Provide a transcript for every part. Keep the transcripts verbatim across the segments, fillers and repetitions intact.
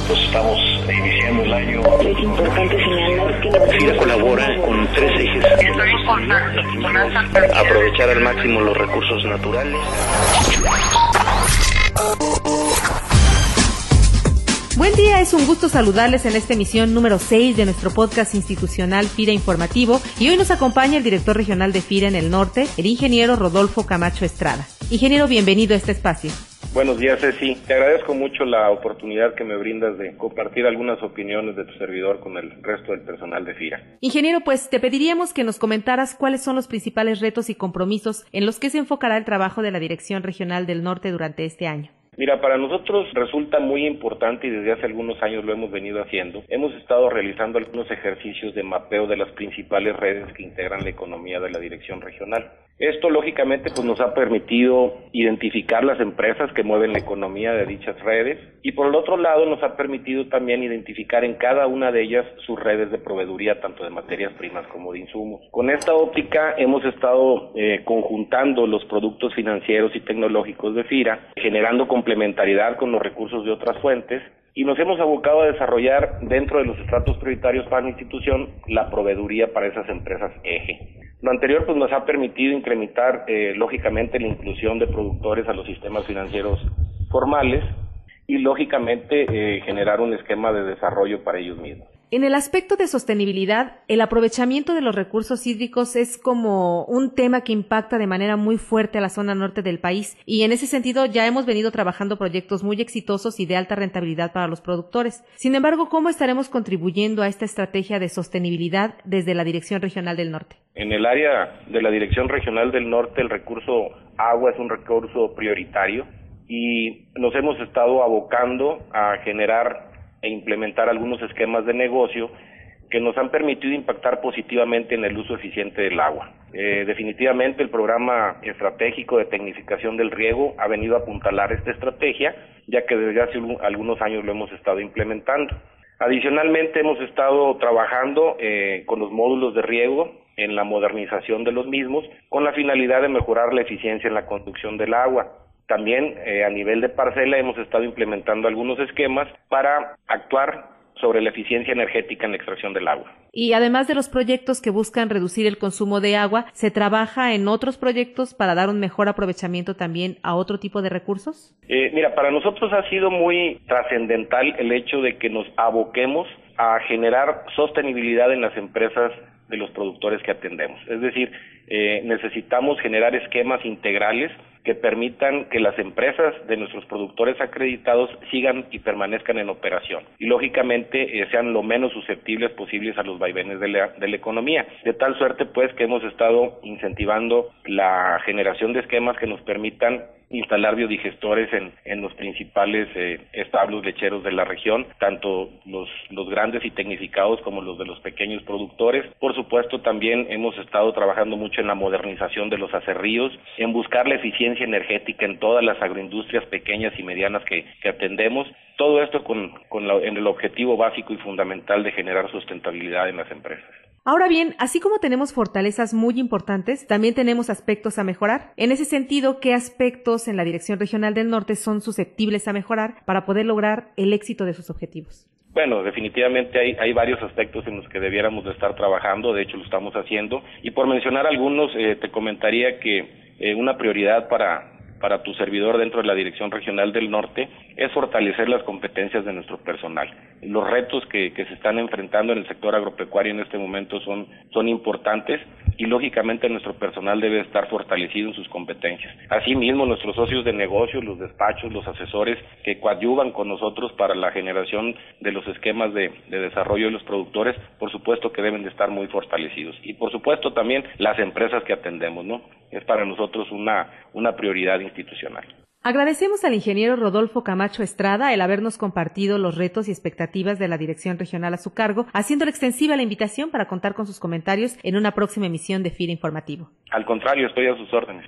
pues estamos iniciando el año. Es importante señalar que FIRA colabora con tres ejes. Aprovechar al máximo los recursos naturales. Buen día, es un gusto saludarles en esta emisión número seis de nuestro podcast institucional FIRA Informativo, y hoy nos acompaña el director regional de FIRA en el norte, el ingeniero Rodolfo Camacho Estrada. Ingeniero, bienvenido a este espacio. Buenos días, Ceci. Te agradezco mucho la oportunidad que me brindas de compartir algunas opiniones de tu servidor con el resto del personal de FIRA. Ingeniero, pues te pediríamos que nos comentaras cuáles son los principales retos y compromisos en los que se enfocará el trabajo de la Dirección Regional del Norte durante este año. Mira, para nosotros resulta muy importante y desde hace algunos años lo hemos venido haciendo. Hemos estado realizando algunos ejercicios de mapeo de las principales redes que integran la economía de la dirección regional. Esto, lógicamente, pues nos ha permitido identificar las empresas que mueven la economía de dichas redes y, por el otro lado, nos ha permitido también identificar en cada una de ellas sus redes de proveeduría, tanto de materias primas como de insumos. Con esta óptica hemos estado eh, conjuntando los productos financieros y tecnológicos de FIRA, generando complementariedad con los recursos de otras fuentes, y nos hemos abocado a desarrollar dentro de los estratos prioritarios para la institución la proveeduría para esas empresas eje. Lo anterior pues nos ha permitido incrementar eh, lógicamente la inclusión de productores a los sistemas financieros formales y lógicamente eh, generar un esquema de desarrollo para ellos mismos. En el aspecto de sostenibilidad, el aprovechamiento de los recursos hídricos es como un tema que impacta de manera muy fuerte a la zona norte del país, y en ese sentido ya hemos venido trabajando proyectos muy exitosos y de alta rentabilidad para los productores. Sin embargo, ¿cómo estaremos contribuyendo a esta estrategia de sostenibilidad desde la Dirección Regional del Norte? En el área de la Dirección Regional del Norte, el recurso agua es un recurso prioritario y nos hemos estado abocando a generar e implementar algunos esquemas de negocio que nos han permitido impactar positivamente en el uso eficiente del agua. Eh, definitivamente el programa estratégico de tecnificación del riego ha venido a apuntalar esta estrategia, ya que desde hace algunos años lo hemos estado implementando. Adicionalmente hemos estado trabajando eh, con los módulos de riego en la modernización de los mismos, con la finalidad de mejorar la eficiencia en la conducción del agua. También eh, a nivel de parcela hemos estado implementando algunos esquemas para actuar sobre la eficiencia energética en la extracción del agua. Y además de los proyectos que buscan reducir el consumo de agua, ¿se trabaja en otros proyectos para dar un mejor aprovechamiento también a otro tipo de recursos? Eh, mira, para nosotros ha sido muy trascendental el hecho de que nos aboquemos a generar sostenibilidad en las empresas de los productores que atendemos. Es decir, eh, necesitamos generar esquemas integrales que permitan que las empresas de nuestros productores acreditados sigan y permanezcan en operación y lógicamente eh, sean lo menos susceptibles posibles a los vaivenes de la, de la economía. De tal suerte pues que hemos estado incentivando la generación de esquemas que nos permitan instalar biodigestores en, en los principales eh, establos lecheros de la región, tanto los, los grandes y tecnificados como los de los pequeños productores. Por supuesto, también hemos estado trabajando mucho en la modernización de los aserríos, en buscar la eficiencia energética en todas las agroindustrias pequeñas y medianas que, que atendemos. Todo esto con, con la, en el objetivo básico y fundamental de generar sustentabilidad en las empresas. Ahora bien, así como tenemos fortalezas muy importantes, también tenemos aspectos a mejorar. En ese sentido, ¿qué aspectos en la Dirección Regional del Norte son susceptibles a mejorar para poder lograr el éxito de sus objetivos? Bueno, definitivamente hay, hay varios aspectos en los que debiéramos de estar trabajando, de hecho lo estamos haciendo, y por mencionar algunos, eh, te comentaría que eh, una prioridad para... para tu servidor dentro de la Dirección Regional del Norte es fortalecer las competencias de nuestro personal. Los retos que, que se están enfrentando en el sector agropecuario en este momento son, son importantes y lógicamente nuestro personal debe estar fortalecido en sus competencias. Asimismo, nuestros socios de negocio, los despachos, los asesores que coadyuvan con nosotros para la generación de los esquemas de, de desarrollo de los productores, por supuesto que deben de estar muy fortalecidos. Y por supuesto también las empresas que atendemos, ¿no? Es para nosotros una, una prioridad institucional. Agradecemos al ingeniero Rodolfo Camacho Estrada el habernos compartido los retos y expectativas de la Dirección Regional a su cargo, haciéndole extensiva la invitación para contar con sus comentarios en una próxima emisión de FIRA Informativo. Al contrario, estoy a sus órdenes.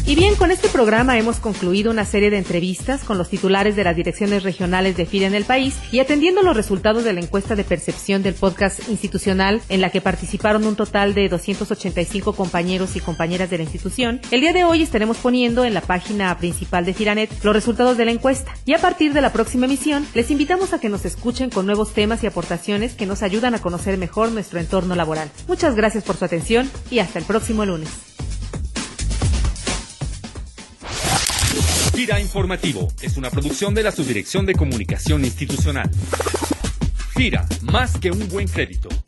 Y bien, con este programa hemos concluido una serie de entrevistas con los titulares de las direcciones regionales de FIRA en el país y atendiendo los resultados de la encuesta de percepción del podcast institucional en la que participaron un total de doscientos ochenta y cinco compañeros y compañeras de la institución, el día de hoy estaremos poniendo en la página principal de FIRANET los resultados de la encuesta y a partir de la próxima emisión les invitamos a que nos escuchen con nuevos temas y aportaciones que nos ayudan a conocer mejor nuestro entorno laboral. Muchas gracias por su atención y hasta el próximo lunes. FIRA Informativo es una producción de la Subdirección de Comunicación Institucional. FIRA, más que un buen crédito.